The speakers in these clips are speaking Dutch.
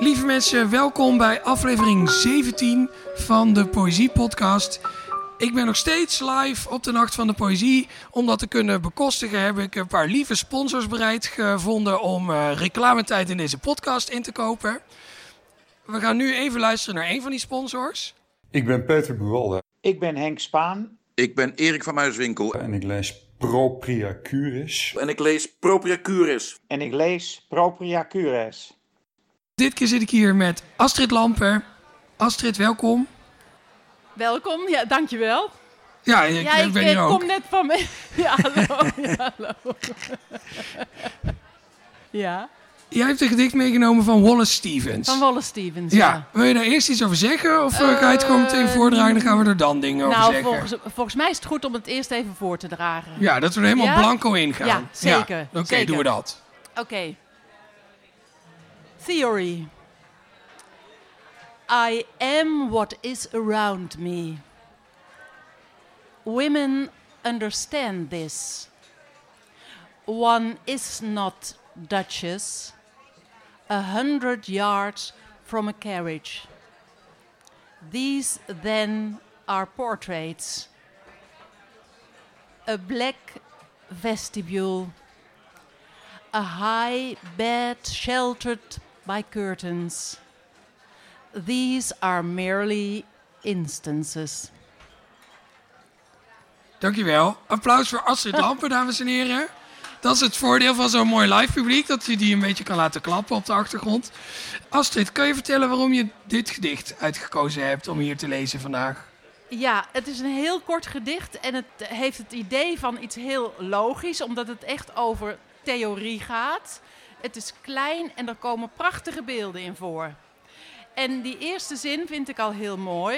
Lieve mensen, welkom bij aflevering 17 van de Poëzie Podcast. Ik ben nog steeds live op de Nacht van de Poëzie. Om dat te kunnen bekostigen heb ik een paar lieve sponsors bereid gevonden om reclametijd in deze podcast in te kopen. We gaan nu even luisteren naar een van die sponsors. Ik ben Peter Buwalda. Ik ben Henk Spaan. Ik ben Erik van Muiswinkel. En ik lees Propria Curis. En ik lees Propria Curis. En ik lees Propria Curis. Dit keer zit ik hier met Astrid Lamper. Astrid, welkom. Welkom, ja, dankjewel. Ja, ik ben hier ook. Ik kom net van me. Ja, hallo. Ja, hallo. Ja. Jij hebt een gedicht meegenomen van Wallace Stevens. Van Wallace Stevens, ja. Wil je daar eerst iets over zeggen? Of ga je het gewoon meteen voordragen en dan gaan we er dan dingen over zeggen? Volgens mij is het goed om het eerst even voor te dragen. Ja, dat we er helemaal blanco in gaan. Ja, zeker. Ja, Oké, doen we dat. Oké. Theory. I am what is around me. Women understand this. One is not Duchess, 100 yards from a carriage. These then are portraits. A black vestibule, a high bed sheltered by curtains. These are merely instances. Dankjewel. Applaus voor Astrid Lamper, dames en heren. Dat is het voordeel van zo'n mooi live publiek, dat je die een beetje kan laten klappen op de achtergrond. Astrid, kan je vertellen waarom je dit gedicht uitgekozen hebt om hier te lezen vandaag? Ja, het is een heel kort gedicht en het heeft het idee van iets heel logisch, omdat het echt over theorie gaat. Het is klein en er komen prachtige beelden in voor. En die eerste zin vind ik al heel mooi.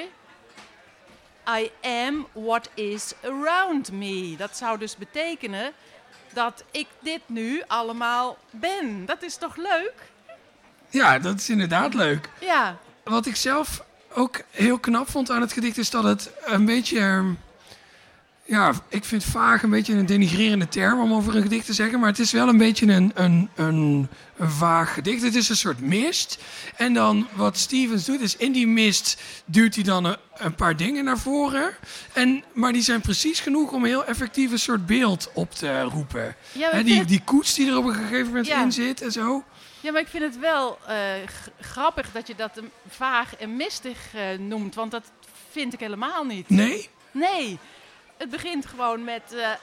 I am what is around me. Dat zou dus betekenen dat ik dit nu allemaal ben. Dat is toch leuk? Ja, dat is inderdaad leuk. Ja. Wat ik zelf ook heel knap vond aan het gedicht is dat het een beetje... Ja, ik vind vaag een beetje een denigrerende term om over een gedicht te zeggen. Maar het is wel een beetje een vaag gedicht. Het is een soort mist. En dan wat Stevens doet is in die mist duwt hij dan een paar dingen naar voren. Maar die zijn precies genoeg om een heel effectief een soort beeld op te roepen. Ja, die koets die er op een gegeven moment in zit en zo. Ja, maar ik vind het wel grappig dat je dat vaag en mistig noemt. Want dat vind ik helemaal niet. Nee? Nee. Het begint gewoon met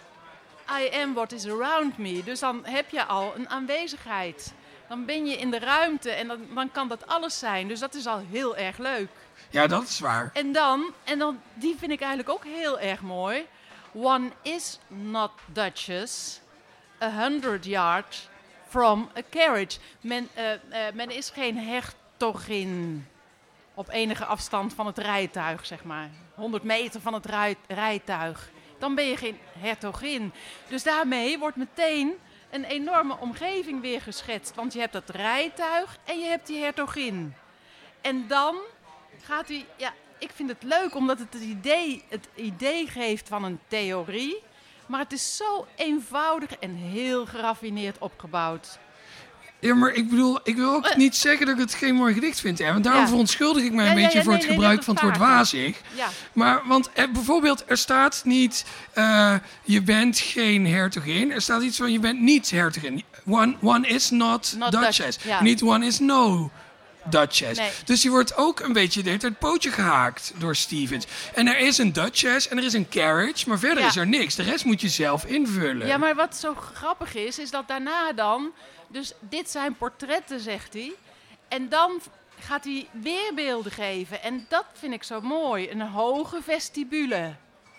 I am what is around me. Dus dan heb je al een aanwezigheid. Dan ben je in de ruimte en dan kan dat alles zijn. Dus dat is al heel erg leuk. Ja, dat is waar. En dan die vind ik eigenlijk ook heel erg mooi. One is not Duchess, 100 yards from a carriage. Men is geen hertogin op enige afstand van het rijtuig, zeg maar. 100 meter van het rijtuig. Dan ben je geen hertogin. Dus daarmee wordt meteen een enorme omgeving weer geschetst. Want je hebt dat rijtuig en je hebt die hertogin. En dan gaat hij... Ja, ik vind het leuk omdat het idee geeft van een theorie. Maar het is zo eenvoudig en heel geraffineerd opgebouwd. Ja, maar ik bedoel, ik wil ook niet zeggen dat ik het geen mooi gedicht vind. Hè? Want daarom verontschuldig ik mij een beetje voor het gebruik van het woord wazig. Ja. Maar, want bijvoorbeeld, er staat niet, je bent geen hertogin. Er staat iets van, je bent niet hertogin. One is not Duchess. Ja. Niet one is no Duchess. Nee. Dus je wordt ook een beetje de hele tijd pootje gehaakt door Stevens. En er is een Duchess en er is een carriage, maar verder is er niks. De rest moet je zelf invullen. Ja, maar wat zo grappig is dat daarna dan... Dus dit zijn portretten, zegt hij. En dan gaat hij weerbeelden geven. En dat vind ik zo mooi. Een hoge vestibule.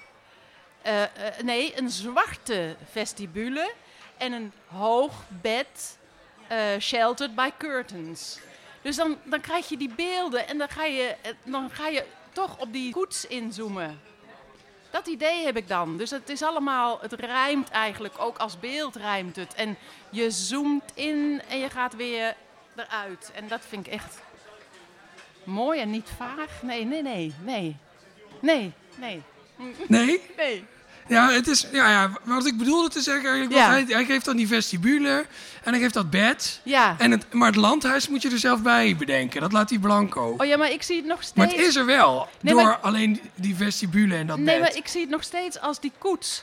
Een zwarte vestibule. En een hoog bed, sheltered by curtains. Dus dan krijg je die beelden en dan ga je toch op die koets inzoomen. Dat idee heb ik dan. Dus het is allemaal, het rijmt eigenlijk, ook als beeld rijmt het. En je zoomt in en je gaat weer eruit. En dat vind ik echt mooi en niet vaag. Nee. Nee? Nee. Ja, het is, wat ik bedoelde te zeggen eigenlijk, Ja. hij geeft dan die vestibule en hij geeft dat bed. Ja. Maar het landhuis moet je er zelf bij bedenken. Dat laat hij blanco. Oh ja, maar ik zie het nog steeds... Maar het is er wel, Nee, door maar- alleen die vestibule en dat Nee, bed. maar ik zie het nog steeds als die koets.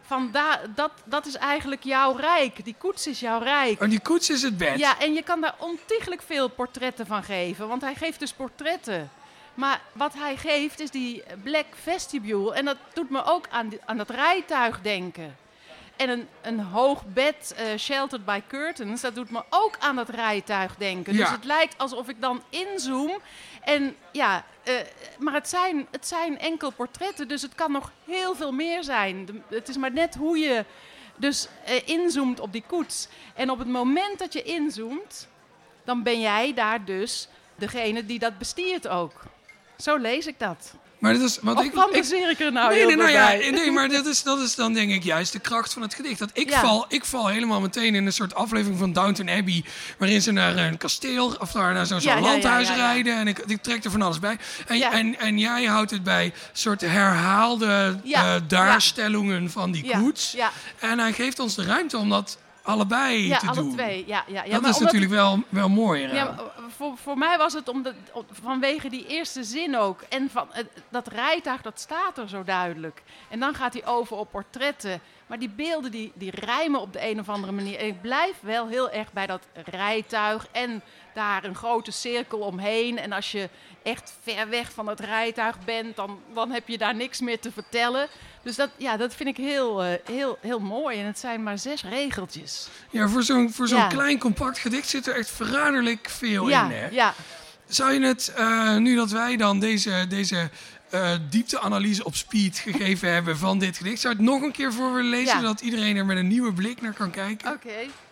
Dat is eigenlijk jouw rijk. Die koets is jouw rijk. En die koets is het bed. Ja, en je kan daar ontiegelijk veel portretten van geven. Want hij geeft dus portretten. Maar wat hij geeft is die black vestibule. En dat doet me ook aan dat rijtuig denken. En een hoog bed, sheltered by curtains, dat doet me ook aan dat rijtuig denken. Ja. Dus het lijkt alsof ik dan inzoom. En ja, maar het zijn enkel portretten, dus het kan nog heel veel meer zijn. Het is maar net hoe je dus inzoomt op die koets. En op het moment dat je inzoomt, dan ben jij daar dus degene die dat bestiert ook. Zo lees ik dat. Maar dat is, want Of fantaseer ik er nou heel goed bij? Nee, maar dat is dan denk ik juist de kracht van het gedicht. Dat ik val helemaal meteen in een soort aflevering van Downton Abbey, waarin ze naar een kasteel of naar zo'n landhuis rijden. En ik trek er van alles bij. En jij houdt het bij soort herhaalde daarstellingen van die koets. Ja. En hij geeft ons de ruimte om dat allebei te alle doen. twee. Ja, dat maar is natuurlijk wel mooi. Ja, maar voor mij was het vanwege die eerste zin ook. En van dat rijtuig, dat staat er zo duidelijk. En dan gaat hij over op portretten. Maar die beelden die rijmen op de een of andere manier. En ik blijf wel heel erg bij dat rijtuig. En daar een grote cirkel omheen. En als je echt ver weg van het rijtuig bent, dan heb je daar niks meer te vertellen. Dus dat vind ik heel mooi. En het zijn maar 6 regeltjes. Ja, voor zo'n klein compact gedicht zit er echt verraderlijk veel in. Hè? Ja. Zou je het, nu dat wij dan deze diepteanalyse op speed gegeven hebben van dit gedicht, zou je het nog een keer voor willen lezen, zodat iedereen er met een nieuwe blik naar kan kijken? Oké.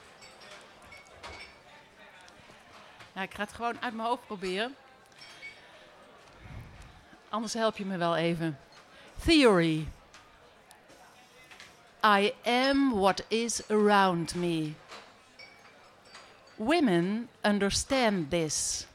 Nou, ik ga het gewoon uit mijn hoofd proberen. Anders help je me wel even. Theory. I am what is around me. Women understand this.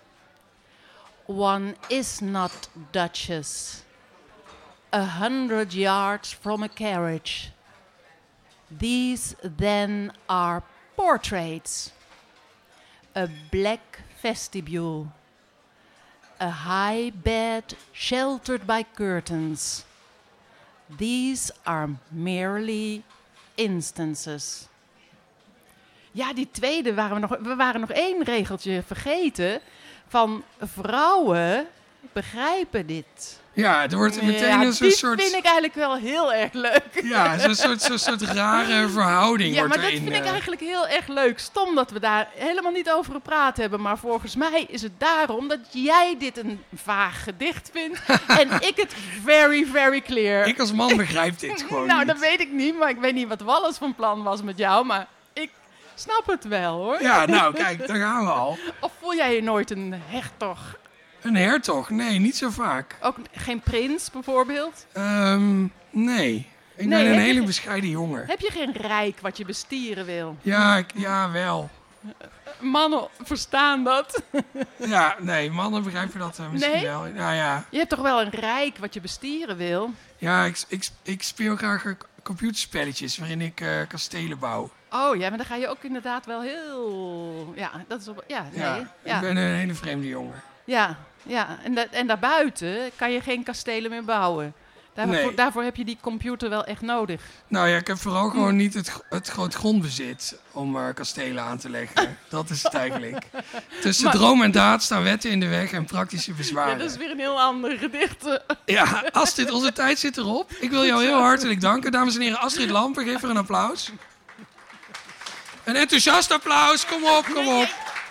One is not Duchess. 100 yards from a carriage. These then are portraits. A black vestibule. A high bed sheltered by curtains. These are merely instances. Ja, die tweede we waren nog 1 regeltje vergeten. Van vrouwen begrijpen dit. Ja, er wordt meteen een soort... Die vind ik eigenlijk wel heel erg leuk. Ja, zo'n soort rare verhouding ja, wordt maar erin. Dat vind ik eigenlijk heel erg leuk. Stom dat we daar helemaal niet over gepraat hebben. Maar volgens mij is het daarom dat jij dit een vaag gedicht vindt. En ik het very, very clear. Ik als man begrijp dit gewoon nou, niet. dat weet ik niet. Maar ik weet niet wat Wallace van plan was met jou. Maar ik snap het wel, hoor. Ja, nou, kijk, daar gaan we al. Of voel jij je nooit een hertog? Een hertog? Nee, niet zo vaak. Ook geen prins, bijvoorbeeld? Nee. Ik ben een hele bescheiden jongen. Heb je geen rijk wat je bestieren wil? Ja, wel. Mannen verstaan dat. Ja, nee, mannen begrijpen dat misschien wel. Nou ja. Je hebt toch wel een rijk wat je bestieren wil? Ja, ik speel graag computerspelletjes waarin ik kastelen bouw. Oh ja, maar dan ga je ook inderdaad wel heel... Ja, dat is op... Ja, nee. Ja, ik ben een hele vreemde jongen. Ja. En daarbuiten kan je geen kastelen meer bouwen. Daarvoor heb je die computer wel echt nodig. Nou ja, ik heb vooral gewoon niet het groot grondbezit om kastelen aan te leggen. Dat is het eigenlijk. Tussen droom en daad staan wetten in de weg en praktische bezwaren. Ja, dat is weer een heel ander gedicht. Ja, Astrid, onze tijd zit erop. Ik wil jou heel hartelijk danken. Dames en heren, Astrid Lampen, geef er een applaus. Een enthousiast applaus, kom op.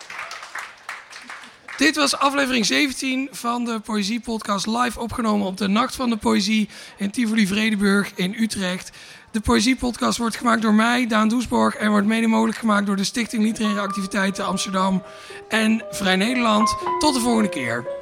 Dit was aflevering 17 van de Poëziepodcast, live opgenomen op de Nacht van de Poëzie in Tivoli-Vredenburg in Utrecht. De Poëziepodcast wordt gemaakt door mij, Daan Doesborg, en wordt mede mogelijk gemaakt door de Stichting Literaire Activiteiten Amsterdam en Vrij Nederland. Tot de volgende keer.